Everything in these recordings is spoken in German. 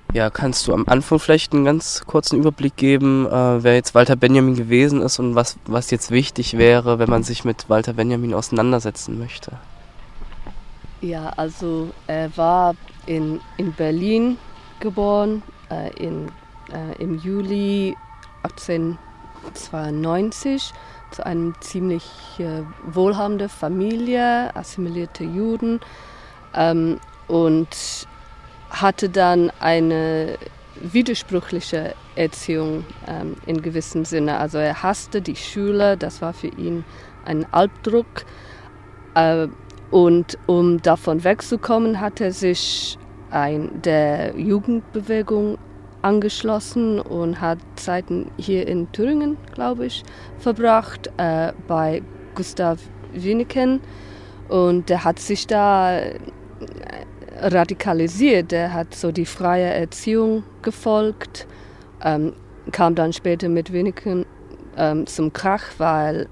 Ja, kannst du am Anfang vielleicht einen ganz kurzen Überblick geben, wer jetzt Walter Benjamin gewesen ist und was jetzt wichtig wäre, wenn man sich mit Walter Benjamin auseinandersetzen möchte? Ja, also er war in Berlin geboren, im Juli 1892 zu einem ziemlich wohlhabenden Familie, assimilierte Juden, und hatte dann eine widersprüchliche Erziehung in gewissem Sinne. Also er hasste die Schule, das war für ihn ein Albdruck. Und um davon wegzukommen, hat er sich der Jugendbewegung angeschlossen und hat Zeiten hier in Thüringen, glaube ich, verbracht, bei Gustav Wyneken. Und der hat sich da radikalisiert. Der hat so die freie Erziehung gefolgt, kam dann später mit Wyneken zum Krach, weil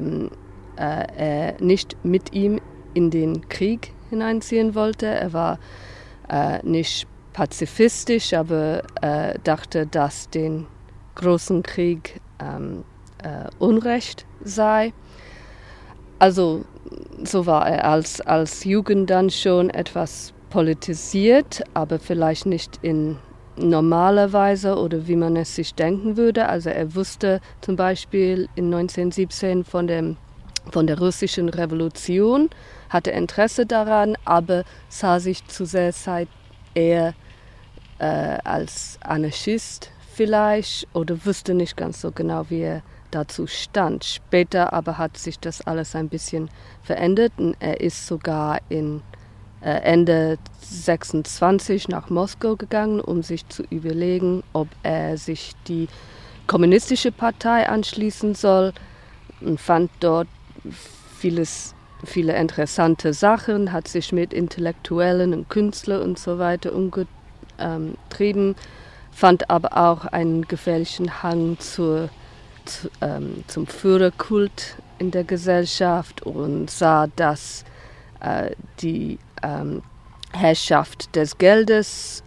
er nicht mit ihm in den Krieg hineinziehen wollte. Er war nicht pazifistisch, aber dachte, dass den großen Krieg Unrecht sei. Also so war er als Jugend dann schon etwas politisiert, aber vielleicht nicht in normaler Weise oder wie man es sich denken würde. Also er wusste zum Beispiel in 1917 von der russischen Revolution, hatte Interesse daran, aber sah sich zu sehr Zeit eher als Anarchist vielleicht oder wusste nicht ganz so genau, wie er dazu stand. Später aber hat sich das alles ein bisschen verändert und er ist sogar Ende 26 nach Moskau gegangen, um sich zu überlegen, ob er sich die kommunistische Partei anschließen soll und fand dort viele interessante Sachen, hat sich mit Intellektuellen und Künstlern und so weiter umgetrieben, fand aber auch einen gefährlichen Hang zum Führerkult in der Gesellschaft und sah, dass die Herrschaft des Geldes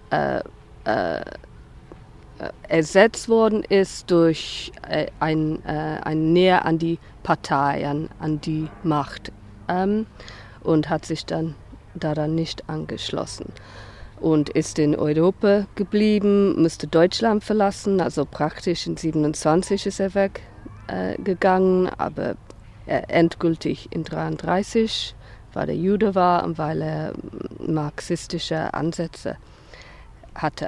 ersetzt worden ist durch ein Nähe an die Partei, an die Macht, und hat sich dann daran nicht angeschlossen und ist in Europa geblieben, musste Deutschland verlassen, also praktisch in 27 ist er weggegangen, aber endgültig in 33, weil er Jude war und weil er marxistische Ansätze hatte.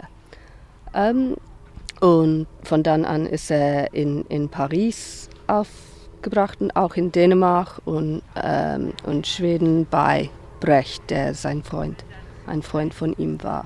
Und von dann an ist er in Paris aufgebracht und auch in Dänemark und Schweden bei Brecht, der ein Freund von ihm war.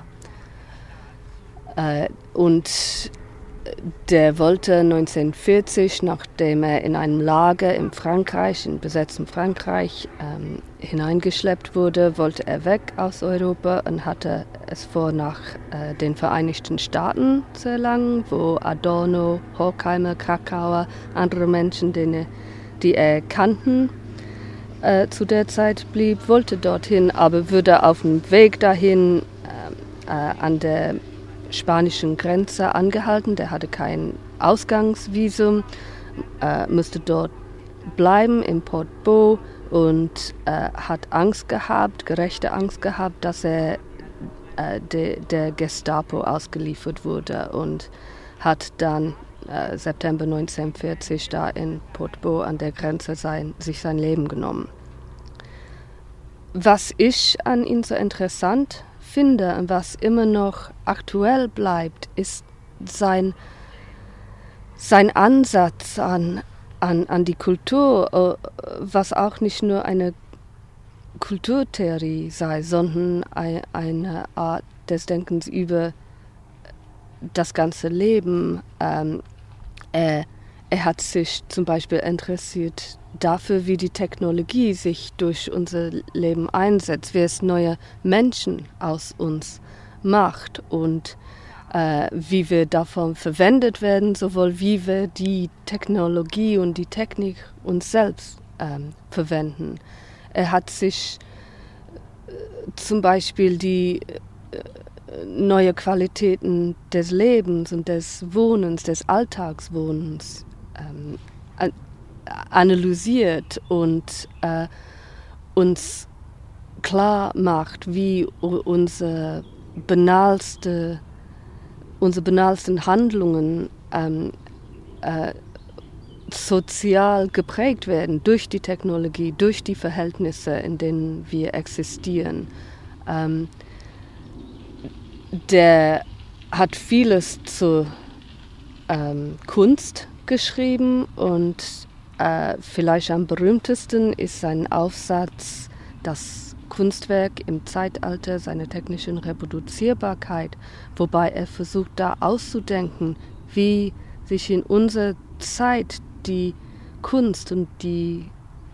Und der wollte 1940, nachdem er in einem Lager in besetztem Frankreich, hineingeschleppt wurde, wollte er weg aus Europa und hatte es vor, nach den Vereinigten Staaten zu gelangen, wo Adorno, Horkheimer, Krakauer, andere Menschen, die er kannten, zu der Zeit blieb, wollte dorthin, aber würde auf dem Weg dahin an der spanischen Grenze angehalten. Der hatte kein Ausgangsvisum, musste dort bleiben in Portbou und hat gerechte Angst gehabt, dass er der Gestapo ausgeliefert wurde und hat dann September 1940 da in Portbou an der Grenze sich sein Leben genommen. Was ich an ihm so interessant finde und was immer noch aktuell bleibt, ist sein Ansatz an die Kultur, was auch nicht nur eine Kulturtheorie sei, sondern eine Art des Denkens über das ganze Leben. Er hat sich zum Beispiel interessiert dafür, wie die Technologie sich durch unser Leben einsetzt, wie es neue Menschen aus uns macht und wie wir davon verwendet werden, sowohl wie wir die Technologie und die Technik uns selbst verwenden. Er hat sich zum Beispiel die neue Qualitäten des Lebens und des Wohnens, des Alltagswohnens analysiert und uns klar macht, wie unsere banalsten Handlungen sozial geprägt werden durch die Technologie, durch die Verhältnisse, in denen wir existieren. Der hat vieles zur Kunst geschrieben und vielleicht am berühmtesten ist sein Aufsatz Das Kunstwerk im Zeitalter seiner technischen Reproduzierbarkeit, wobei er versucht, da auszudenken, wie sich in unserer Zeit die Kunst und die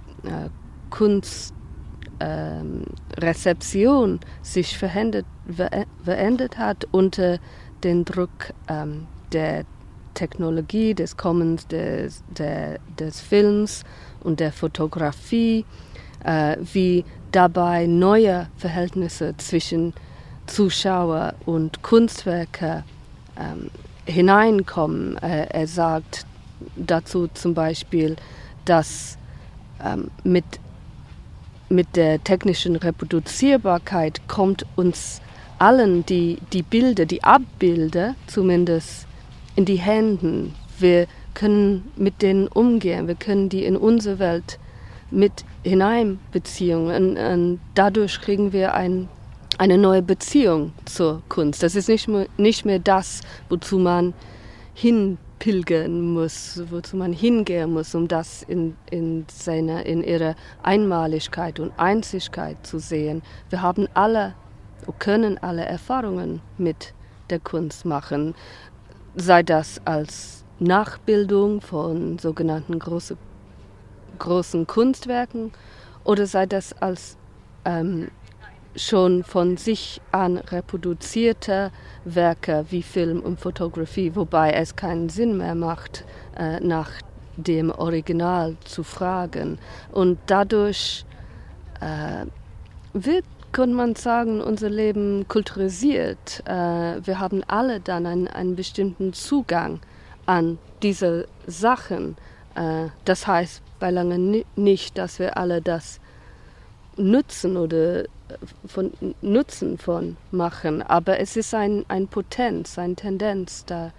Kunstrezeption sich verändert hat unter den Druck der Technologie, des Kommens des Films und der Fotografie, wie dabei neue Verhältnisse zwischen Zuschauer und Kunstwerke hineinkommen. Er sagt dazu zum Beispiel, dass mit der technischen Reproduzierbarkeit kommt uns allen die Bilder, die Abbilder zumindest in die Hände. Wir können mit denen umgehen, wir können die in unsere Welt mit hineinbeziehen und dadurch kriegen wir eine neue Beziehung zur Kunst. Das ist nicht mehr das, wozu man hinpilgern muss, wozu man hingehen muss, um das in ihrer Einmaligkeit und Einzigkeit zu sehen. Wir haben können alle Erfahrungen mit der Kunst machen, sei das als Nachbildung von sogenannten großen Kunstwerken oder sei das als schon von sich an reproduzierte Werke wie Film und Fotografie, wobei es keinen Sinn mehr macht, nach dem Original zu fragen. Und dadurch wird, könnte man sagen, unser Leben kulturisiert. Wir haben alle dann einen bestimmten Zugang an diese Sachen. Das heißt beilange nicht, dass wir alle das nutzen oder Nutzen von machen, aber es ist ein Potenz, eine Tendenz, da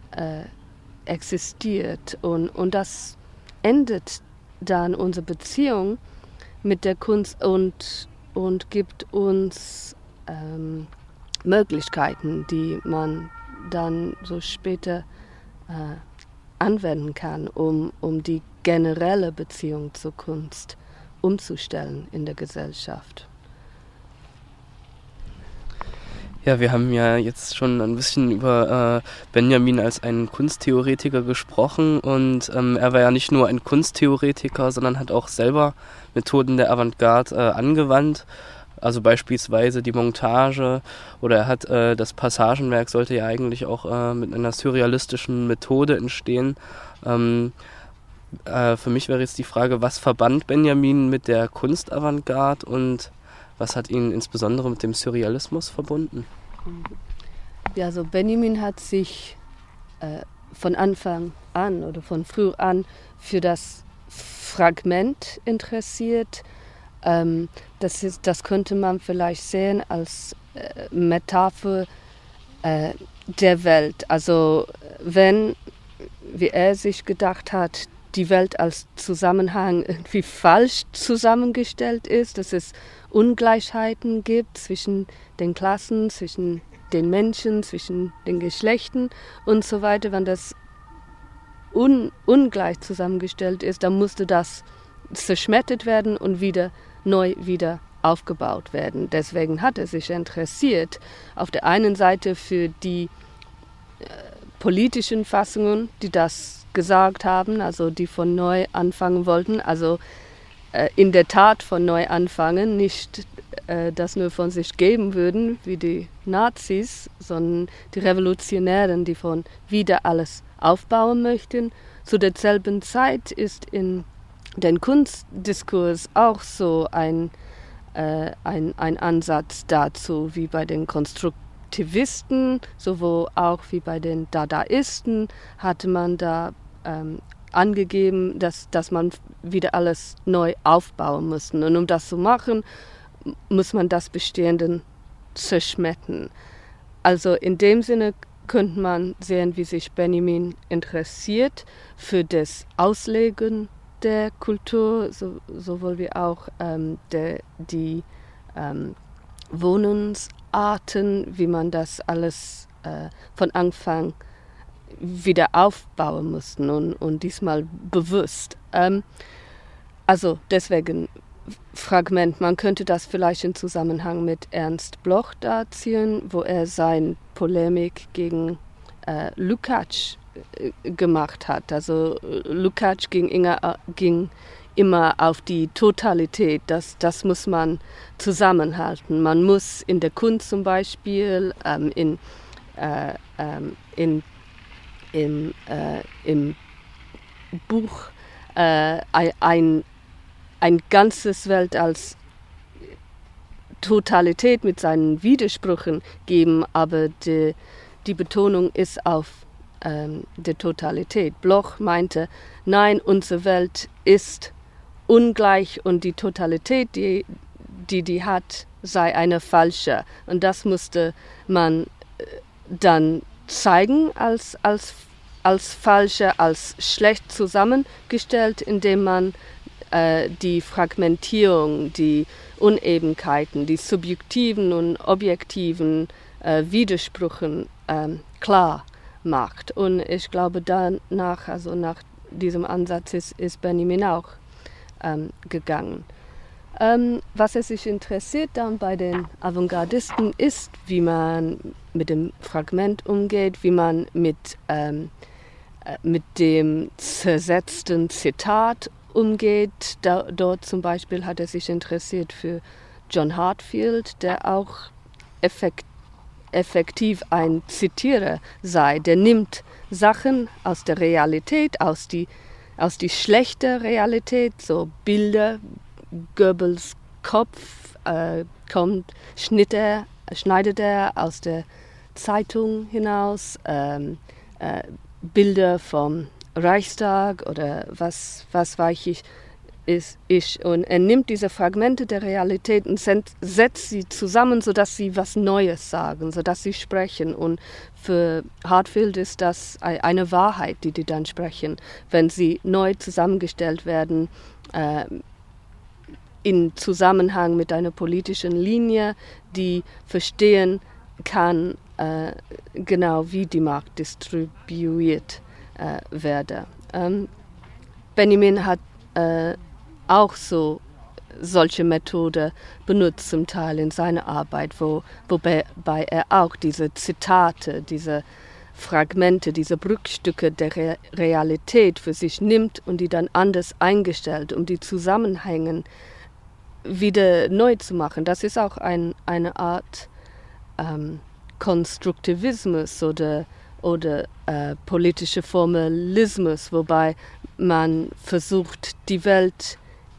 existiert und das endet dann unsere Beziehung mit der Kunst und gibt uns Möglichkeiten, die man dann so später anwenden kann, um die generelle Beziehung zur Kunst umzustellen in der Gesellschaft. Ja, wir haben ja jetzt schon ein bisschen über Benjamin als einen Kunsttheoretiker gesprochen und er war ja nicht nur ein Kunsttheoretiker, sondern hat auch selber Methoden der Avantgarde angewandt, also beispielsweise die Montage oder er hat das Passagenwerk sollte ja eigentlich auch mit einer surrealistischen Methode entstehen. Für mich wäre jetzt die Frage, was verband Benjamin mit der Kunstavantgarde und was hat ihn insbesondere mit dem Surrealismus verbunden? Ja, also Benjamin hat sich von Anfang an oder von früh an für das Fragment interessiert. Das könnte man vielleicht sehen als Metapher der Welt. Also wenn, wie er sich gedacht hat, die Welt als Zusammenhang irgendwie falsch zusammengestellt ist, dass es Ungleichheiten gibt zwischen den Klassen, zwischen den Menschen, zwischen den Geschlechtern und so weiter. Wenn das ungleich zusammengestellt ist, dann musste das zerschmettert werden und neu aufgebaut werden. Deswegen hat er sich interessiert, auf der einen Seite für die politischen Fassungen, die das gesagt haben, also die von neu anfangen wollten, also in der Tat von neu anfangen, nicht das nur von sich geben würden, wie die Nazis, sondern die Revolutionären, die von wieder alles aufbauen möchten. Zu derselben Zeit ist in den Kunstdiskurs auch so ein Ansatz dazu, wie bei den Konstruktivisten, sowohl auch wie bei den Dadaisten, hatte man da angegeben, dass man wieder alles neu aufbauen muss. Und um das zu machen, muss man das Bestehende zerschmettern. Also in dem Sinne könnte man sehen, wie sich Benjamin interessiert für das Auslegen der Kultur, sowohl wie auch die Wohnungsarten, wie man das alles von Anfang wieder aufbauen mussten und diesmal bewusst. Also deswegen Fragment, man könnte das vielleicht in Zusammenhang mit Ernst Bloch da ziehen, wo er seine Polemik gegen Lukács gemacht hat. Also Lukács ging immer auf die Totalität, das muss man zusammenhalten. Man muss in der Kunst zum Beispiel, im Buch ein ganzes Welt als Totalität mit seinen Widersprüchen geben, aber die Betonung ist auf der Totalität. Bloch meinte, nein, unsere Welt ist ungleich und die Totalität, die hat, sei eine falsche. Und das musste man dann zeigen als falsche, als schlecht zusammengestellt, indem man die Fragmentierung, die Unebenheiten, die subjektiven und objektiven Widersprüche klar macht. Und ich glaube, danach, also nach diesem Ansatz ist Benjamin auch gegangen. Was es sich interessiert dann bei den Avantgardisten ist, wie man mit dem Fragment umgeht, wie man mit dem zersetzten Zitat umgeht. Dort zum Beispiel hat er sich interessiert für John Heartfield, der auch effektiv ein Zitierer sei. Der nimmt Sachen aus der Realität, aus die schlechte Realität, so Bilder, Goebbels Kopf schneidet er aus der Zeitung hinaus, Bilder vom Reichstag oder was weiß ich. Und er nimmt diese Fragmente der Realität und setzt sie zusammen, sodass sie was Neues sagen, sodass sie sprechen. Und für Heartfield ist das eine Wahrheit, die dann sprechen, wenn sie neu zusammengestellt werden, in Zusammenhang mit einer politischen Linie, die verstehen kann, genau wie die Macht distribuiert werde. Benjamin hat auch solche Methode benutzt zum Teil in seiner Arbeit, wobei er auch diese Zitate, diese Fragmente, diese Bruchstücke der Realität für sich nimmt und die dann anders eingestellt, um die Zusammenhänge wieder neu zu machen. Das ist auch eine Art Konstruktivismus oder politischer Formalismus, wobei man versucht, die Welt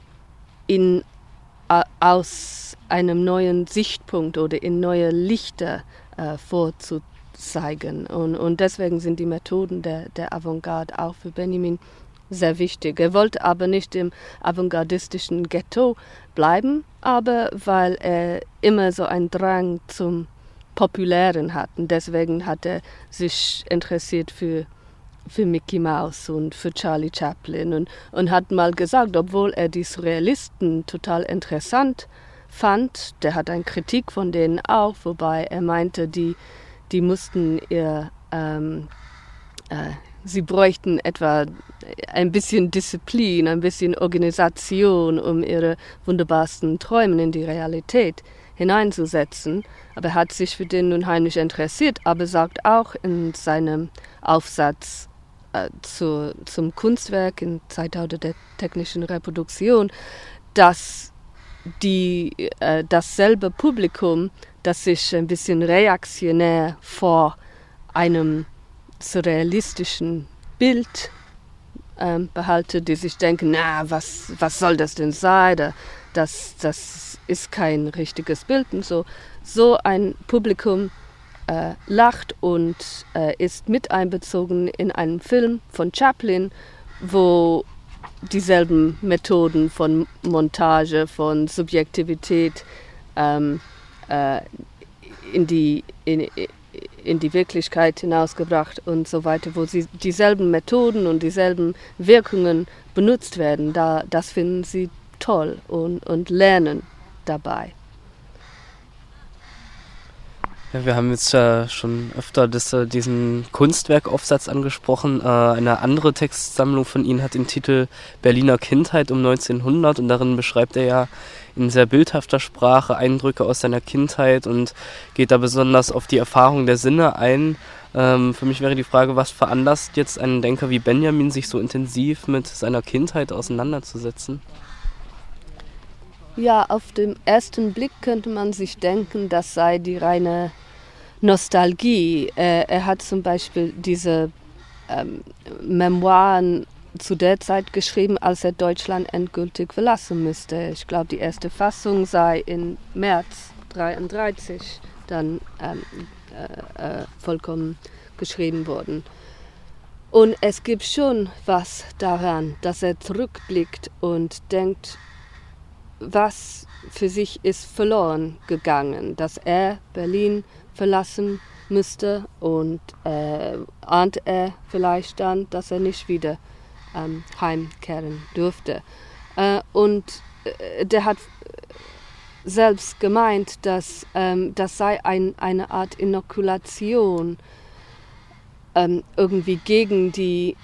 aus einem neuen Sichtpunkt oder in neue Lichter vorzuzeigen. Und deswegen sind die Methoden der Avantgarde auch für Benjamin sehr wichtig. Er wollte aber nicht im avantgardistischen Ghetto bleiben, aber weil er immer so einen Drang zum Populären hat. Und deswegen hat er sich interessiert für Mickey Mouse und für Charlie Chaplin und hat mal gesagt, obwohl er die Surrealisten total interessant fand, der hat eine Kritik von denen auch, wobei er meinte, die mussten sie bräuchten etwa ein bisschen Disziplin, ein bisschen Organisation, um ihre wunderbarsten Träume in die Realität hineinzusetzen. Aber er hat sich für den unheimlich interessiert, aber sagt auch in seinem Aufsatz zum Kunstwerk in Zeitalter der technischen Reproduktion, dass dasselbe Publikum, das sich ein bisschen reaktionär vor einem surrealistischen Bild behalte, die sich denken, na, was soll das denn sein? Das ist kein richtiges Bild. Und so ein Publikum lacht und ist mit einbezogen in einen Film von Chaplin, wo dieselben Methoden von Montage, von Subjektivität in die Wirklichkeit hinausgebracht und so weiter, wo sie dieselben Methoden und dieselben Wirkungen benutzt werden. Das finden sie toll und lernen dabei. Ja, wir haben jetzt schon öfter diesen Kunstwerkaufsatz angesprochen. Eine andere Textsammlung von Ihnen hat den Titel Berliner Kindheit um 1900 und darin beschreibt er ja in sehr bildhafter Sprache Eindrücke aus seiner Kindheit und geht da besonders auf die Erfahrung der Sinne ein. Für mich wäre die Frage, was veranlasst jetzt einen Denker wie Benjamin, sich so intensiv mit seiner Kindheit auseinanderzusetzen? Ja, auf den ersten Blick könnte man sich denken, das sei die reine Nostalgie. Er hat zum Beispiel diese Memoiren zu der Zeit geschrieben, als er Deutschland endgültig verlassen müsste. Ich glaube, die erste Fassung sei im März 1933 dann vollkommen geschrieben worden. Und es gibt schon was daran, dass er zurückblickt und denkt, was für sich ist verloren gegangen, dass er Berlin verlassen müsste und ahnt er vielleicht dann, dass er nicht wieder heimkehren dürfte. Und der hat selbst gemeint, dass das sei eine Art Inokulation irgendwie gegen die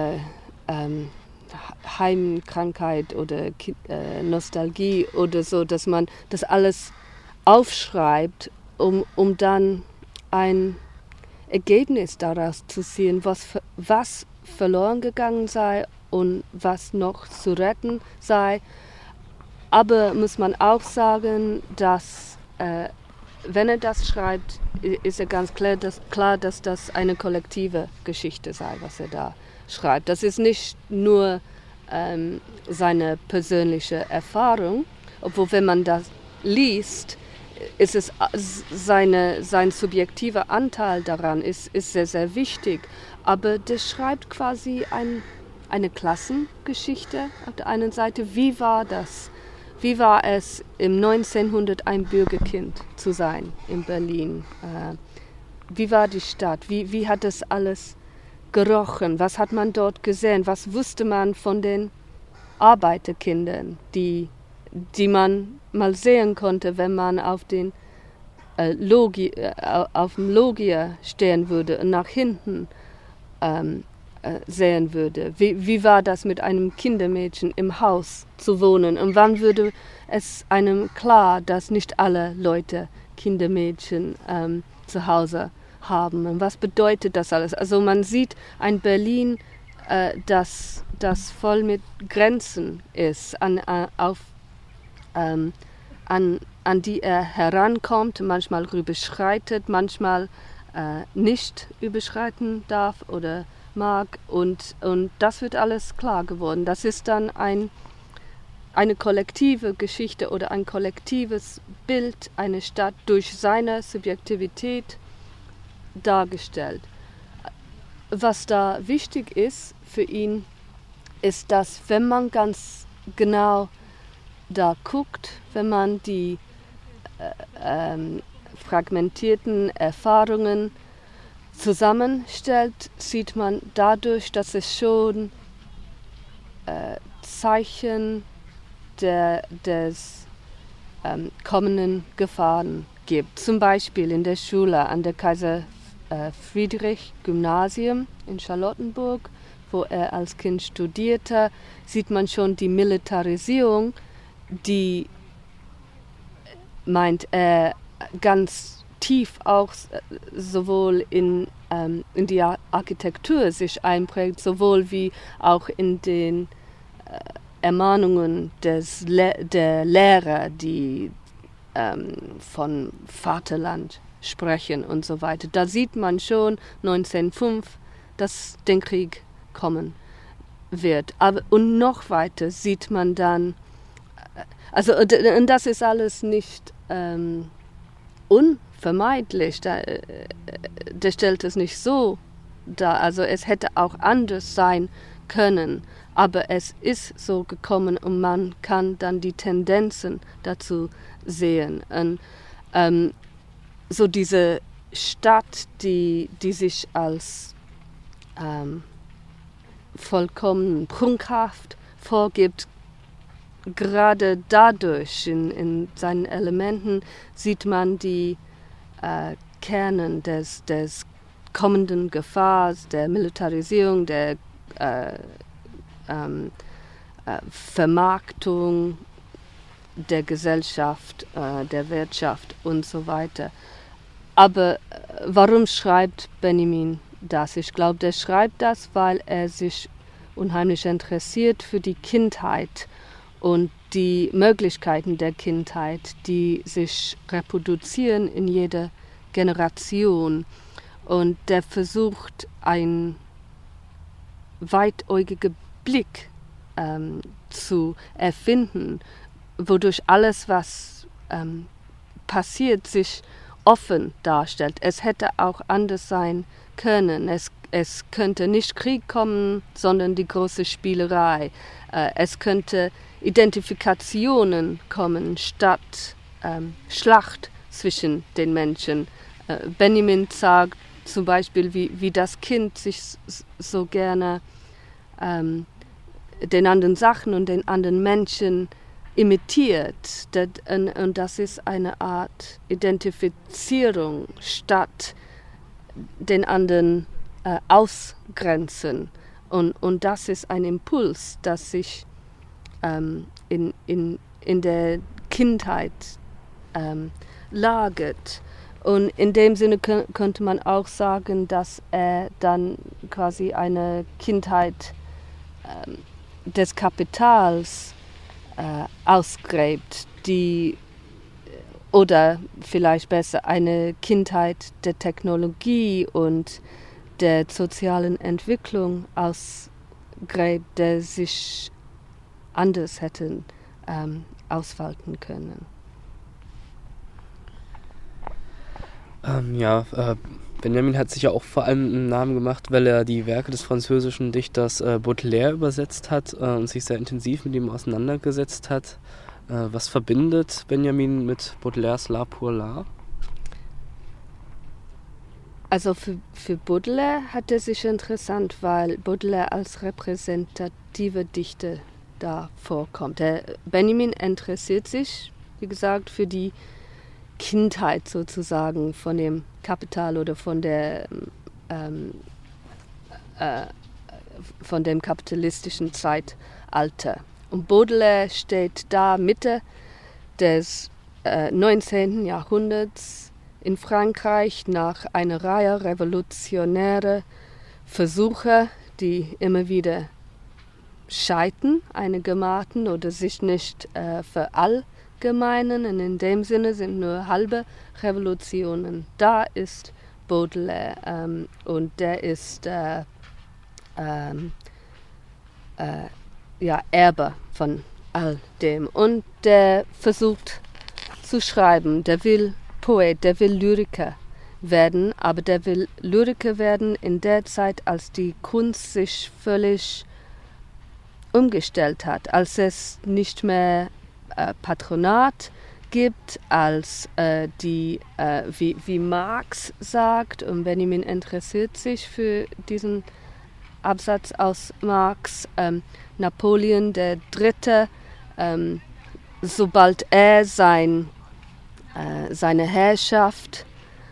Heimkrankheit oder Nostalgie oder so, dass man das alles aufschreibt, um dann ein Ergebnis daraus zu ziehen, was verloren gegangen sei und was noch zu retten sei. Aber muss man auch sagen, dass wenn er das schreibt, ist er ganz klar, dass das eine kollektive Geschichte sei, was er da schreibt. Das ist nicht nur seine persönliche Erfahrung, obwohl wenn man das liest, ist es sein subjektiver Anteil daran ist sehr, sehr wichtig. Aber das schreibt quasi eine Klassengeschichte auf der einen Seite. Wie war das? Wie war es im 1900 ein Bürgerkind zu sein in Berlin? Wie war die Stadt? Wie hat das alles gerochen? Was hat man dort gesehen? Was wusste man von den Arbeiterkindern, die man mal sehen konnte, wenn man auf dem Logia stehen würde und nach hinten sehen würde? Wie war das mit einem Kindermädchen im Haus zu wohnen? Und wann würde es einem klar, dass nicht alle Leute Kindermädchen zu Hause haben? Und was bedeutet das alles? Also man sieht ein Berlin, das voll mit Grenzen ist, an die er herankommt, manchmal überschreitet, manchmal nicht überschreiten darf oder mag. Und das wird alles klar geworden. Das ist dann eine kollektive Geschichte oder ein kollektives Bild einer Stadt durch seine Subjektivität dargestellt. Was da wichtig ist für ihn, ist, dass wenn man ganz genau da guckt, wenn man die fragmentierten Erfahrungen zusammenstellt, sieht man dadurch, dass es schon Zeichen des kommenden Gefahren gibt. Zum Beispiel in der Schule an der Kaiser Friedrich Gymnasium in Charlottenburg, wo er als Kind studierte, sieht man schon die Militarisierung, die, meint er, ganz tief auch sowohl in die Architektur sich einprägt, sowohl wie auch in den Ermahnungen der Lehrer, die von Vaterland sprechen und so weiter. Da sieht man schon 1905, dass der Krieg kommen wird. Und noch weiter sieht man dann, also und das ist alles nicht unvermeidlich. Der stellt es nicht so dar. Also es hätte auch anders sein können, aber es ist so gekommen und man kann dann die Tendenzen dazu sehen. Und so diese Stadt, die sich als vollkommen prunkhaft vorgibt, gerade dadurch in seinen Elementen sieht man die Kerne des kommenden Gefahren, der Militarisierung, der Vermarktung der Gesellschaft, der Wirtschaft und so weiter. Aber warum schreibt Benjamin das? Ich glaube, der schreibt das, weil er sich unheimlich interessiert für die Kindheit und die Möglichkeiten der Kindheit, die sich reproduzieren in jeder Generation. Und der versucht, einen weitäugigen Blick zu erfinden, wodurch alles, was passiert, sich offen darstellt. Es hätte auch anders sein können. Es könnte nicht Krieg kommen, sondern die große Spielerei. Es könnte Identifikationen kommen statt Schlacht zwischen den Menschen. Benjamin sagt zum Beispiel, wie das Kind sich so gerne den anderen Sachen und den anderen Menschen imitiert. Und das ist eine Art Identifizierung statt den anderen ausgrenzen. Und das ist ein Impuls, das sich in der Kindheit lagert. Und in dem Sinne könnte man auch sagen, dass er dann quasi eine Kindheit des Kapitals ausgräbt, oder vielleicht besser eine Kindheit der Technologie und der sozialen Entwicklung ausgräbt, der sich anders hätten ausfalten können. Benjamin hat sich ja auch vor allem einen Namen gemacht, weil er die Werke des französischen Dichters Baudelaire übersetzt hat und sich sehr intensiv mit ihm auseinandergesetzt hat. Was verbindet Benjamin mit Baudelaires La pour l'Art? Also für Baudelaire hat er sich interessant, weil Baudelaire als repräsentative Dichter da vorkommt. Benjamin interessiert sich, wie gesagt, für die Kindheit sozusagen von dem Kapital oder von dem kapitalistischen Zeitalter. Und Baudelaire steht da Mitte des 19. Jahrhunderts in Frankreich nach einer Reihe revolutionärer Versuche, die immer wieder scheitern, einigermaßen, oder sich nicht verallgemeinern. Und in dem Sinne sind nur halbe Revolutionen. Da ist Baudelaire und der ist Erbe von all dem. Und der versucht zu schreiben, der will Poet, der will Lyriker werden, aber der will Lyriker werden in der Zeit, als die Kunst sich völlig umgestellt hat, als es nicht mehr Patronat gibt, als wie Marx sagt, und Benjamin interessiert sich für diesen Absatz aus Marx, Napoleon III., sobald er seine Herrschaft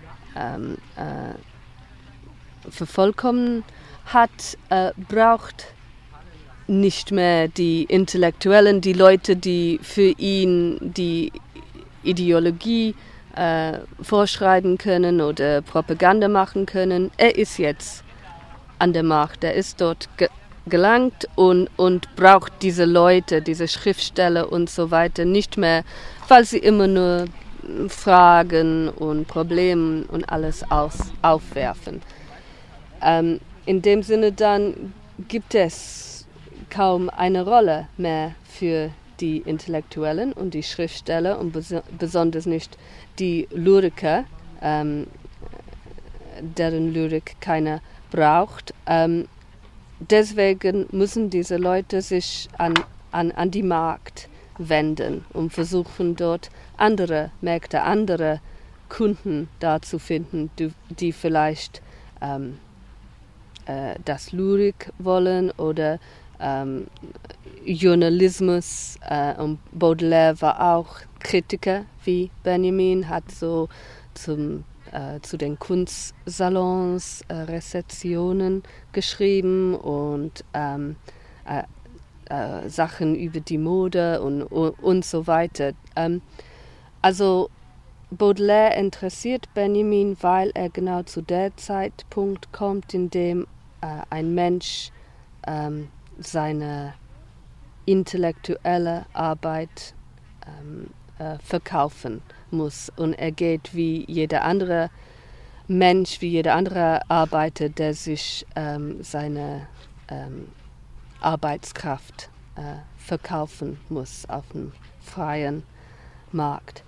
vervollkommen hat, braucht nicht mehr die Intellektuellen, die Leute, die für ihn die Ideologie vorschreiben können oder Propaganda machen können. Er ist jetzt an der Macht, er ist dort gelangt und braucht diese Leute, diese Schriftsteller und so weiter nicht mehr, weil sie immer nur Fragen und Probleme und alles aufwerfen. In dem Sinne dann gibt es kaum eine Rolle mehr für die Intellektuellen und die Schriftsteller und besonders nicht die Lyriker, deren Lyrik keiner braucht. Deswegen müssen diese Leute sich an die Markt wenden und versuchen dort andere Märkte, andere Kunden da zu finden, die vielleicht das Lyrik wollen oder Journalismus. Und Baudelaire war auch Kritiker wie Benjamin, hat so zu den Kunstsalons Rezensionen geschrieben und Sachen über die Mode und so weiter. Also Baudelaire interessiert Benjamin, weil er genau zu der Zeitpunkt kommt, in dem ein Mensch seine intellektuelle Arbeit verkaufen muss. Und er geht wie jeder andere Mensch, wie jeder andere Arbeiter, der sich seine Arbeitskraft verkaufen muss auf dem freien Markt.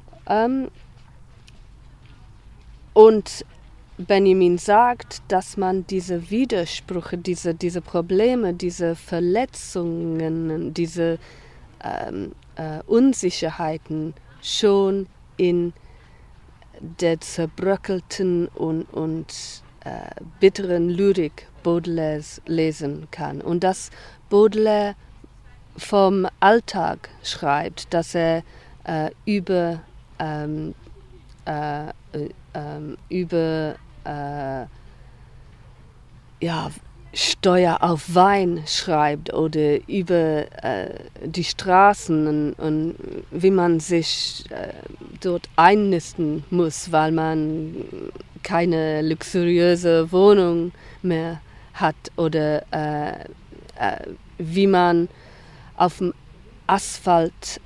Und Benjamin sagt, dass man diese Widersprüche, diese Probleme, diese Verletzungen, diese Unsicherheiten schon in der zerbröckelten und bitteren Lyrik Baudelaires lesen kann. Und dass Baudelaire vom Alltag schreibt, dass er über Steuer auf Wein schreibt oder über die Straßen und wie man sich dort einnisten muss, weil man keine luxuriöse Wohnung mehr hat oder wie man auf dem Asphalt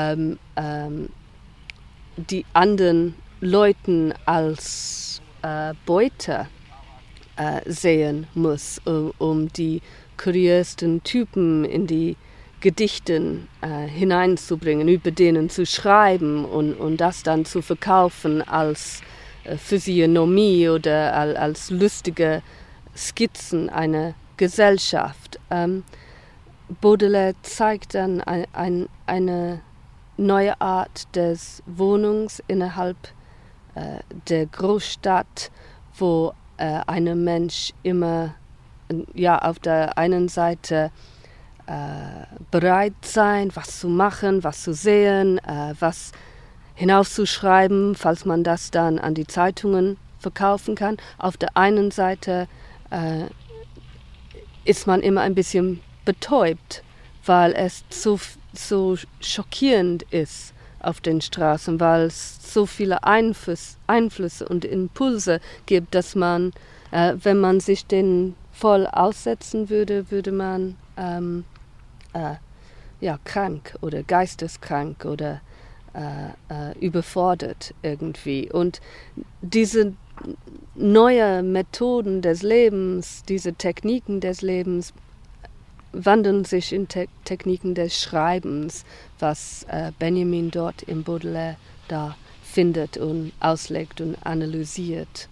die anderen Leuten als Beute sehen muss, um die kuriosesten Typen in die Gedichten hineinzubringen, über denen zu schreiben und das dann zu verkaufen als Physiognomie oder als lustige Skizzen einer Gesellschaft. Baudelaire zeigt dann eine neue Art des Wohnungs innerhalb der Großstadt, wo ein Mensch immer auf der einen Seite bereit sein, was zu machen, was zu sehen, was hinauszuschreiben, falls man das dann an die Zeitungen verkaufen kann. Auf der einen Seite ist man immer ein bisschen betäubt, weil es so schockierend ist auf den Straßen, weil es so viele Einflüsse und Impulse gibt, dass man, wenn man sich denen voll aussetzen würde, würde man krank oder geisteskrank oder überfordert irgendwie. Und diese neuen Methoden des Lebens, diese Techniken des Lebens wandeln sich in Techniken des Schreibens, was Benjamin dort im Baudelaire da findet und auslegt und analysiert.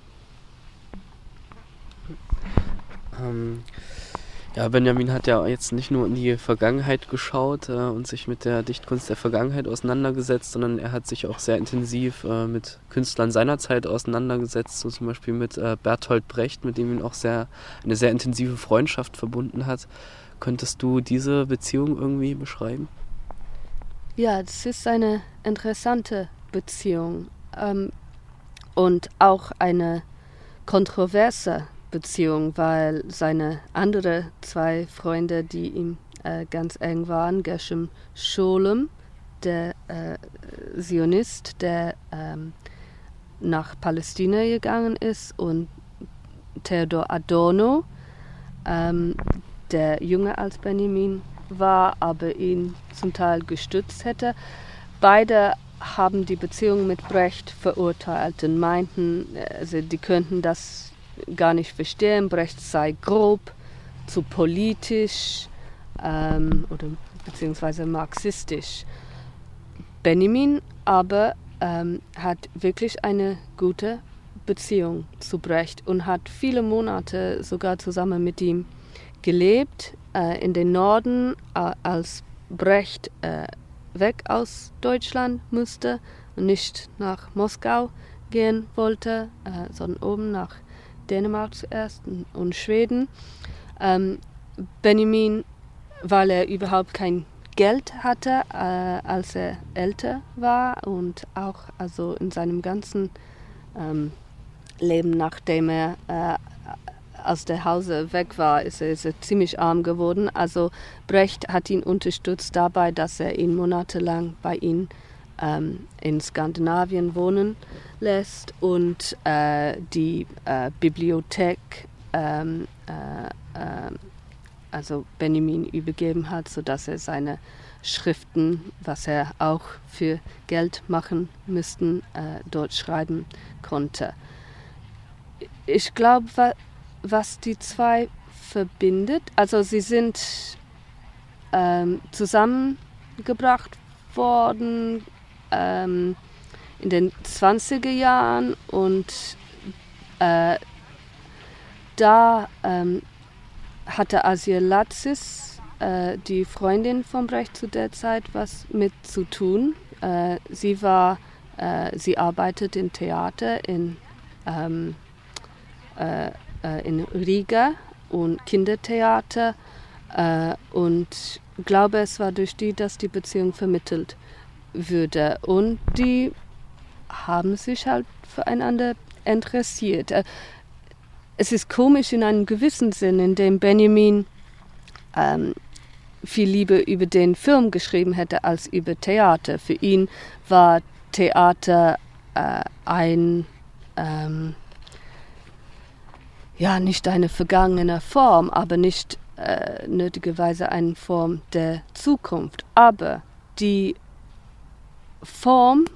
Benjamin hat ja jetzt nicht nur in die Vergangenheit geschaut und sich mit der Dichtkunst der Vergangenheit auseinandergesetzt, sondern er hat sich auch sehr intensiv mit Künstlern seiner Zeit auseinandergesetzt, so zum Beispiel mit Bertolt Brecht, mit dem ihn auch eine sehr intensive Freundschaft verbunden hat. Könntest du diese Beziehung irgendwie beschreiben? Ja, es ist eine interessante Beziehung und auch eine kontroverse Beziehung, weil seine anderen zwei Freunde, die ihm ganz eng waren, Gershom Scholem, der Zionist, der nach Palästina gegangen ist, und Theodor Adorno, der jünger als Benjamin war, aber ihn zum Teil gestützt hätte. Beide haben die Beziehung mit Brecht verurteilt und meinten, also die könnten das gar nicht verstehen. Brecht sei grob, zu politisch oder beziehungsweise marxistisch. Benjamin aber hat wirklich eine gute Beziehung zu Brecht und hat viele Monate sogar zusammen mit ihm gelebt in den Norden, als Brecht weg aus Deutschland musste und nicht nach Moskau gehen wollte, sondern oben nach Dänemark zuerst und Schweden. Benjamin, weil er überhaupt kein Geld hatte, als er älter war und auch also in seinem ganzen Leben, nachdem er aus der Hause weg war, ist er ziemlich arm geworden. Also Brecht hat ihn unterstützt dabei, dass er ihn monatelang bei ihm in Skandinavien wohnen lässt und die Bibliothek also Benjamin übergeben hat, sodass er seine Schriften, was er auch für Geld machen müsste, dort schreiben konnte. Ich glaube, was die zwei verbindet, also sie sind zusammengebracht worden in den 20er Jahren und da hatte Asia Latsis, die Freundin von Brecht zu der Zeit, was mit zu tun. Sie arbeitet im Theater in Riga und Kindertheater und glaube, es war durch die, dass die Beziehung vermittelt würde. Und die haben sich halt füreinander interessiert. Es ist komisch in einem gewissen Sinn, in dem Benjamin viel lieber über den Film geschrieben hätte als über Theater. Für ihn war Theater nicht eine vergangene Form, aber nicht nötigerweise eine Form der Zukunft. Aber die Formen,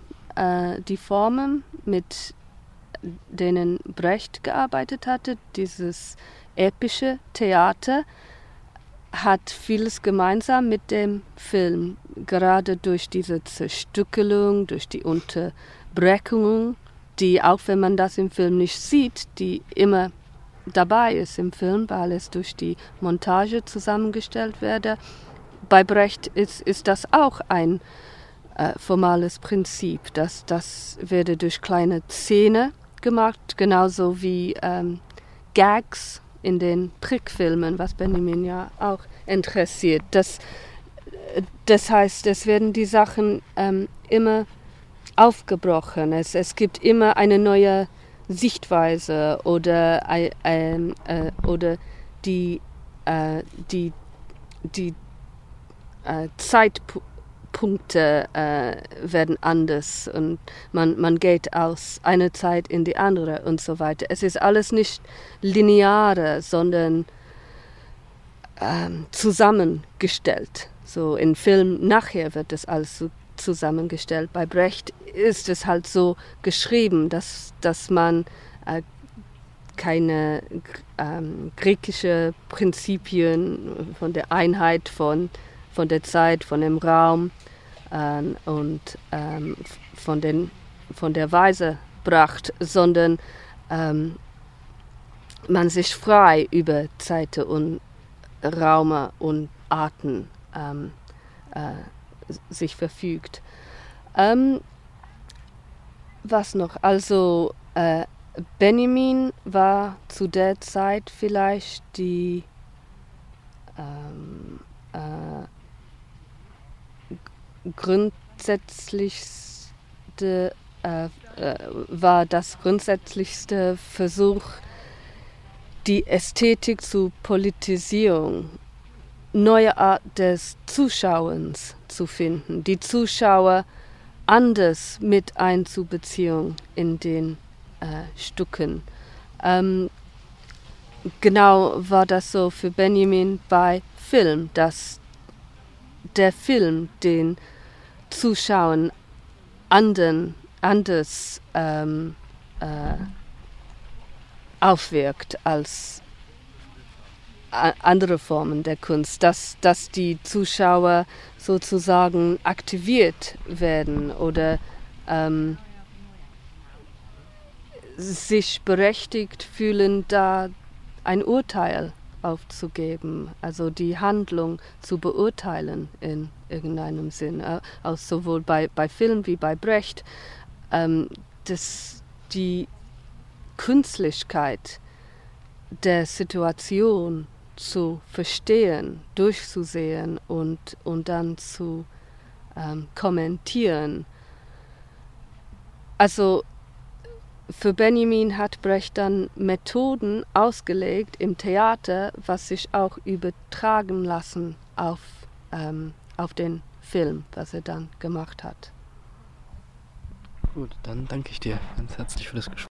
mit denen Brecht gearbeitet hatte, dieses epische Theater, hat vieles gemeinsam mit dem Film, gerade durch diese Zerstückelung, durch die Unterbrechung, die, auch wenn man das im Film nicht sieht, die immer dabei ist im Film, weil es durch die Montage zusammengestellt werde. Bei Brecht ist das auch ein formales Prinzip. Das werde durch kleine Szenen gemacht, genauso wie Gags in den Trickfilmen, was Benjamin ja auch interessiert. Das heißt, es werden die Sachen immer aufgebrochen. Es gibt immer eine neue Sichtweise oder die Zeitpunkte werden anders und man geht aus einer Zeit in die andere und so weiter. Es ist alles nicht lineare, sondern zusammengestellt. So in Film nachher wird das alles so zusammengestellt. Bei Brecht ist es halt so geschrieben, dass man keine griechische Prinzipien von der Einheit von der Zeit, von dem Raum und von der Weise bracht, sondern man sich frei über Zeiten und Räume und Arten sich verfügt. Was noch? Also Benjamin war zu der Zeit vielleicht die grundsätzlichste Versuch, die Ästhetik zu politisieren, neue Art des Zuschauens zu finden, die Zuschauer anders mit einzubeziehen in den Stücken. Genau war das so für Benjamin bei Film, dass der Film den Zuschauern anders aufwirkt als andere Formen der Kunst, dass die Zuschauer sozusagen aktiviert werden oder sich berechtigt fühlen, da ein Urteil aufzugeben, also die Handlung zu beurteilen in irgendeinem Sinn. Aus sowohl bei Film wie bei Brecht, dass die Künstlichkeit der Situation zu verstehen, durchzusehen und dann zu kommentieren. Also für Benjamin hat Brecht dann Methoden ausgelegt im Theater, was sich auch übertragen lassen auf den Film, was er dann gemacht hat. Gut, dann danke ich dir ganz herzlich für das Gespräch.